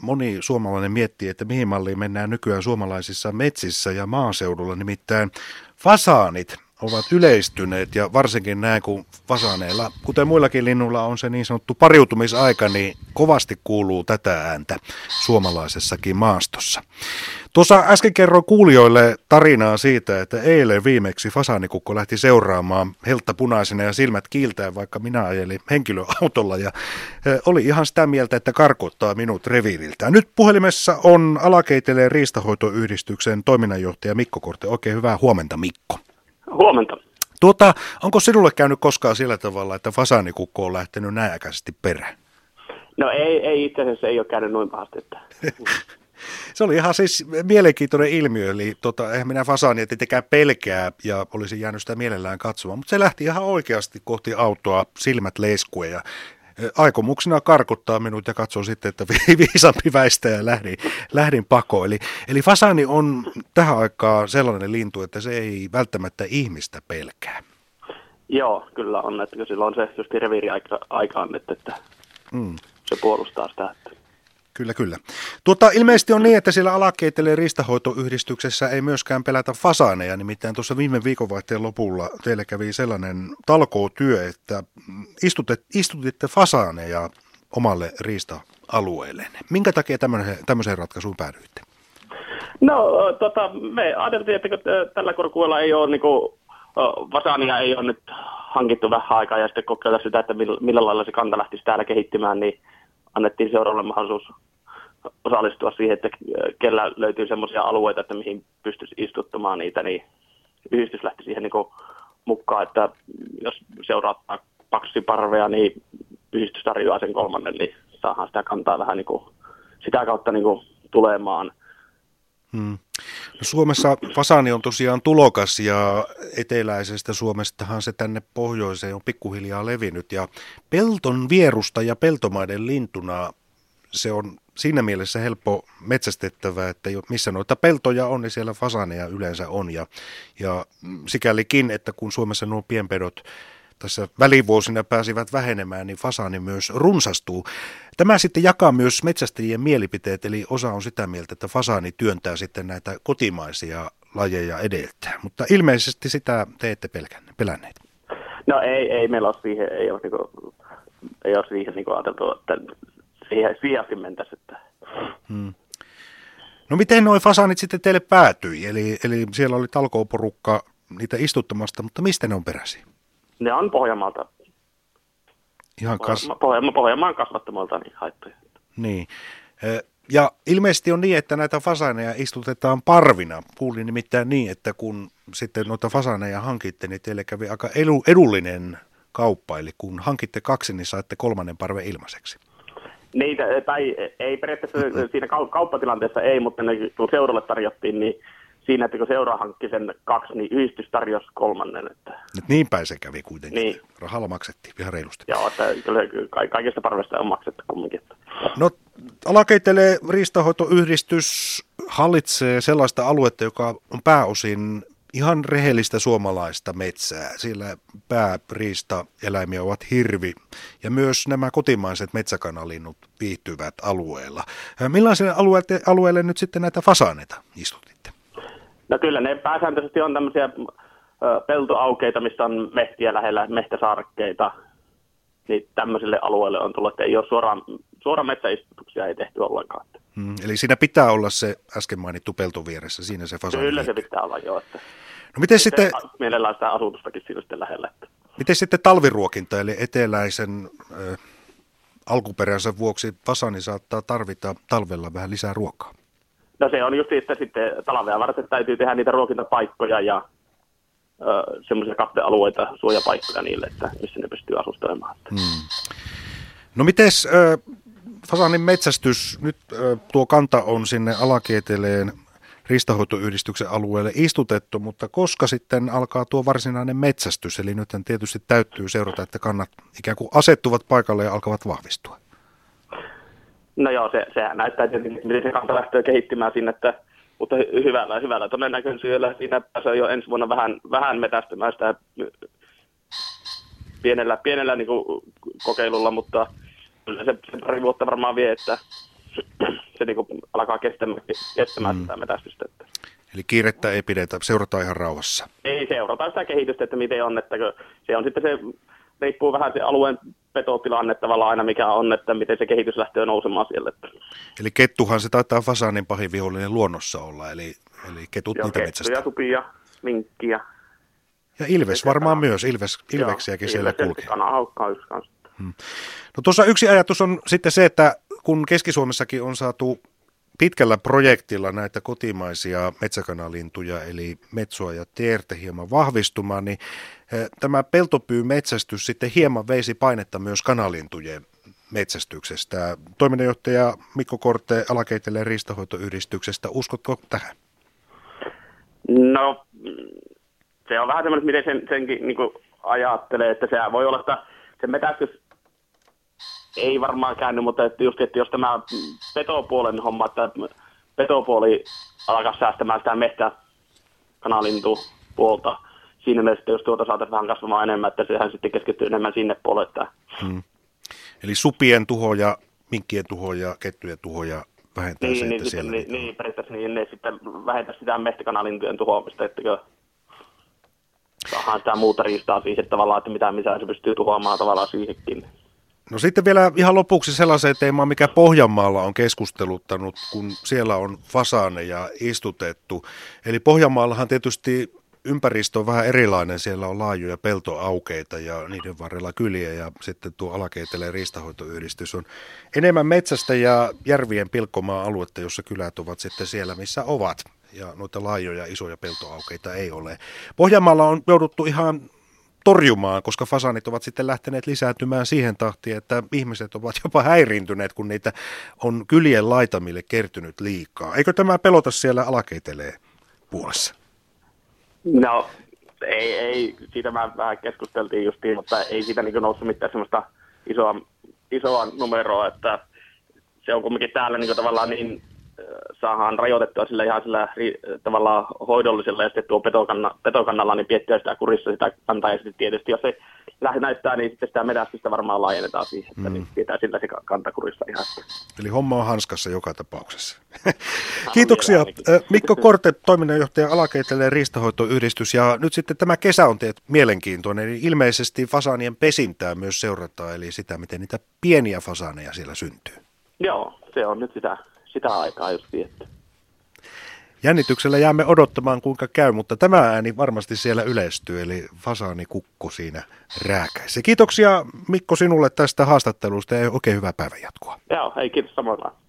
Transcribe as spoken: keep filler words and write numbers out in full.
moni suomalainen miettii, että mihin malliin mennään nykyään suomalaisissa metsissä ja maaseudulla. Nimittäin fasaanit ovat yleistyneet ja varsinkin näin, kun fasaaneilla, kuten muillakin linnuilla on se niin sanottu pariutumisaika, niin kovasti kuuluu tätä ääntä suomalaisessakin maastossa. Tuossa äsken kerroin kuulijoille tarinaa siitä, että eilen viimeksi fasaanikukko lähti seuraamaan helttapunaisena ja silmät kiiltäen, vaikka minä ajelin henkilöautolla ja oli ihan sitä mieltä, että karkottaa minut reviiriltään. Nyt puhelimessa on Alakeiteleen riistanhoitoyhdistyksen toiminnanjohtaja Mikko Korte. Oikein hyvää huomenta, Mikko. Huomenta. Tuota, onko sinulle käynyt koskaan sillä tavalla, että fasaanikukko on lähtenyt nääkäisesti perään? No ei, ei itse asiassa ei ole käynyt noin pahasti. Että. Se oli ihan siis mielenkiintoinen ilmiö, eli tota, eihän minä fasaania tietenkään pelkää ja olisin jäänyt sitä mielellään katsomaan, mutta se lähti ihan oikeasti kohti autoa, silmät leiskuen ja aikomuksena karkottaa minut ja katsoo sitten, että viisampi väistä ja lähdin, lähdin pakoon. Eli, eli fasaani on tähän aikaan sellainen lintu, että se ei välttämättä ihmistä pelkää. Joo, kyllä on, että silloin se just reviiriaika on, että, että mm. se puolustaa sitä. Että. Kyllä, kyllä. Tuota, ilmeisesti on niin, että siellä Alakeiteleen riistanhoitoyhdistyksessä ei myöskään pelätä fasaaneja, nimittäin tuossa viime viikonvaihteen lopulla teille kävi sellainen talkootyö, että istutet, istutitte fasaaneja omalle riista-alueelleen. Minkä takia tämmöiseen ratkaisuun päädyitte? No, tota, me ajateltiin, että tällä korkuilla ei ole, niin kuin, fasaania ei ole nyt hankittu vähän aikaa ja sitten kokeilla sitä, että millä lailla se kanta lähtisi täällä kehittymään, niin annettiin seuraavalle mahdollisuus osallistua siihen, että kellä löytyy semmoisia alueita, että mihin pystyisi istuttamaan niitä, niin yhdistys lähti siihen niin kuin mukaan, että jos seuraattaa paksiparvea, niin yhdistys tarjoaa sen kolmannen, niin saadaan sitä kantaa vähän niin kuin, sitä kautta niin kuin tulemaan. Hmm. No Suomessa fasaani on tosiaan tulokas ja eteläisestä Suomestahan se tänne pohjoiseen on pikkuhiljaa levinnyt ja pelton vierusta ja peltomaiden lintuna se on siinä mielessä helppo metsästettävä, että missä noita peltoja on, niin siellä fasaaneja yleensä on ja, ja sikälikin, että kun Suomessa nuo pienpedot tässä välivuosina pääsivät vähenemään, niin fasaani myös runsastuu. Tämä sitten jakaa myös metsästäjien mielipiteet, eli osa on sitä mieltä, että fasaani työntää sitten näitä kotimaisia lajeja edeltään. Mutta ilmeisesti sitä te ette pelänneet. No ei, ei meillä ole siihen, ei ole, niin kuin, ei ole siihen niin kuin ajateltu, että siihen, siihen asti mentäisiin. Että. Hmm. No miten nuo fasaanit sitten teille päätyi? Eli, eli siellä oli talkooporukka niitä istuttamasta, mutta mistä ne on peräisin? Ne on Pohjanmaalta. Ihan kas... Pohjanma, Pohjanmaan kasvattamalta niin haittoja. Niin. Ja ilmeisesti on niin, että näitä fasaaneja istutetaan parvina. Kuulin nimittäin niin, että kun sitten noita fasaaneja hankitte, niin teille kävi aika edullinen kauppa. Eli kun hankitte kaksi, niin saitte kolmannen parven ilmaiseksi. Niitä, tai ei periaatteessa siinä kauppatilanteessa ei, mutta ne, kun seuralle tarjottiin, niin siinä, että kun seura hankki sen kaksi, niin yhdistys tarjosi kolmannen. Että. Nyt niin päin se kävi kuitenkin. Niin. Rahalla maksettiin ihan reilusti. Joo, että kyllä kaikista parveista on maksettu kumminkin. No, Alakeiteleen riistanhoitoyhdistys hallitsee sellaista aluetta, joka on pääosin ihan rehellistä suomalaista metsää. Siellä pääriistaeläimiä ovat hirvi ja myös nämä kotimaiset metsäkanalinnut viihtyvät alueella. Millaiselle alueelle, alueelle nyt sitten näitä fasaaneita istutitte? No kyllä ne pääsääntöisesti on tämmöisiä peltoaukeita, missä on mehtiä lähellä, mehtäsaarekkeita. Niin tämmöiselle alueelle on tullut, että ei ole suoraan, suoraan metsäistutuksia ei tehty ollenkaan. Hmm, eli siinä pitää olla se äsken mainittu pelto vieressä, siinä se fasaani. Kyllä se pitää olla, joo. Että no miten sitten, mielellään sitä asutustakin siinä sitten lähellä. Että. Miten sitten talviruokinta, eli eteläisen äh, alkuperänsä vuoksi fasaani saattaa tarvita talvella vähän lisää ruokaa? No se on just että sitten talvea varten täytyy tehdä niitä ruokintapaikkoja ja ö, semmoisia kattealueita, suojapaikkoja niille, että missä ne pystyy asustelemaan. Hmm. No mites äh, fasaanin metsästys, nyt äh, tuo kanta on sinne Alakeiteleen riistanhoitoyhdistyksen alueelle istutettu, mutta koska sitten alkaa tuo varsinainen metsästys, eli nyt tietysti täytyy seurata, että kannat ikään kuin asettuvat paikalle ja alkavat vahvistua. No joo, se, sehän näyttää tietenkin, miten se kanta lähtee kehittymään sinne, että, mutta hyvällä, hyvällä todennäköisyydellä siinä pääsee jo ensi vuonna vähän, vähän metästymään sitä pienellä, pienellä niin kuin kokeilulla, mutta kyllä se, se pari vuotta varmaan vie, että se niin kuin alkaa kestämään, kestämään mm. sitä metästystä. Eli kiirettä ei pidetä, seurataan ihan rauhassa. Ei seurata sitä kehitystä, että miten on, että se on sitten se, riippuu vähän se alueen petotilanne tavallaan aina mikä on, että miten se kehitys lähtee nousemaan siellä. Eli kettuhan se taitaa fasaanin pahin vihollinen luonnossa olla, eli, eli ketut joo, niitä metsästä. Joo, supia, minkkiä. Ja ilves varmaan kyllä. Myös, ilves, ilveksiäkin joo, siellä ilves, kulkee. Kana, haukkaa yksi kanssa. Hmm. No tuossa yksi ajatus on sitten se, että kun Keski-Suomessakin on saatu pitkällä projektilla näitä kotimaisia metsäkanalintuja, eli metsoa ja teertä hieman vahvistumaan, niin tämä peltopyymetsästys sitten hieman veisi painetta myös kanalintujen metsästyksestä. Toiminnanjohtaja Mikko Korte Alakeiteleen riistanhoitoyhdistyksestä, uskotko tähän? No, se on vähän semmoinen, miten sen, senkin niin kuin ajattelee, että se voi olla, että se metästys ei varmaan käänny, mutta että just, että jos tämä petopuolen homma, että petopuoli alkaa säästämään sitä metsäkanalintupuolta, siinä mielessä, että jos tuota saataisiin vähän kasvamaan enemmän, että sehän sitten keskittyy enemmän sinne puolelle. Hmm. Eli supien tuhoja, minkkien tuhoja, kettujen tuhoja vähentää niin, se, niin, että siellä... Niin, niin periaatteessa niin ne sitten vähentää sitä metsäkanalintujen tuhoamista, että saadaan sitä muuta riistaa siihen tavallaan, että mitä missä se pystyy tuhoamaan tavallaan siihenkin. No sitten vielä ihan lopuksi sellaiseen teemaan, mikä Pohjanmaalla on keskusteluttanut, kun siellä on fasaaneja istutettu. Eli Pohjanmaallahan tietysti ympäristö on vähän erilainen, siellä on laajoja peltoaukeita ja niiden varrella kyliä ja sitten tuo Alakeiteleen riistanhoitoyhdistys on enemmän metsästä ja järvien pilkkomaa aluetta, jossa kylät ovat sitten siellä, missä ovat ja noita laajoja isoja peltoaukeita ei ole. Pohjanmaalla on jouduttu ihan torjumaan, koska fasaanit ovat sitten lähteneet lisääntymään siihen tahtiin, että ihmiset ovat jopa häiriintyneet, kun niitä on kylien laitamille kertynyt liikaa. Eikö tämä pelota siellä Alakeiteleen puolessa? No, ei, ei, siitä mä vähän keskusteltiin justiin, mutta ei siitä niin noussut mitään semmoista isoa, isoa numeroa, että se on kuitenkin täällä niin tavallaan niin, saadaan rajoitettua sillä ihan sillä tavallaan hoidollisella ja sitten tuo petokanna, petokannalla niin piettyä sitä kurissa sitä kantaa ja sitten tietysti jos se lähde näyttää, niin sitten sitä metästystä varmaan laajennetaan siihen, että mm. niin pidetään sillä se kanta kurissa ihan. Eli homma on hanskassa joka tapauksessa. Kiitoksia Mikko Korte, toiminnanjohtaja Alakeiteleen riistanhoitoyhdistys ja nyt sitten tämä kesä on teet mielenkiintoinen, eli ilmeisesti fasaanien pesintää myös seurataan, eli sitä miten niitä pieniä fasaaneja siellä syntyy. Joo, se on nyt sitä. Sitä aikaa just tietty. Jännityksellä jäämme odottamaan kuinka käy, mutta tämä ääni varmasti siellä yleistyy, eli fasaani kukko siinä rääkäisi. Kiitoksia Mikko sinulle tästä haastattelusta ja oikein hyvää päivänjatkoa. Joo, hei kiitos samoin.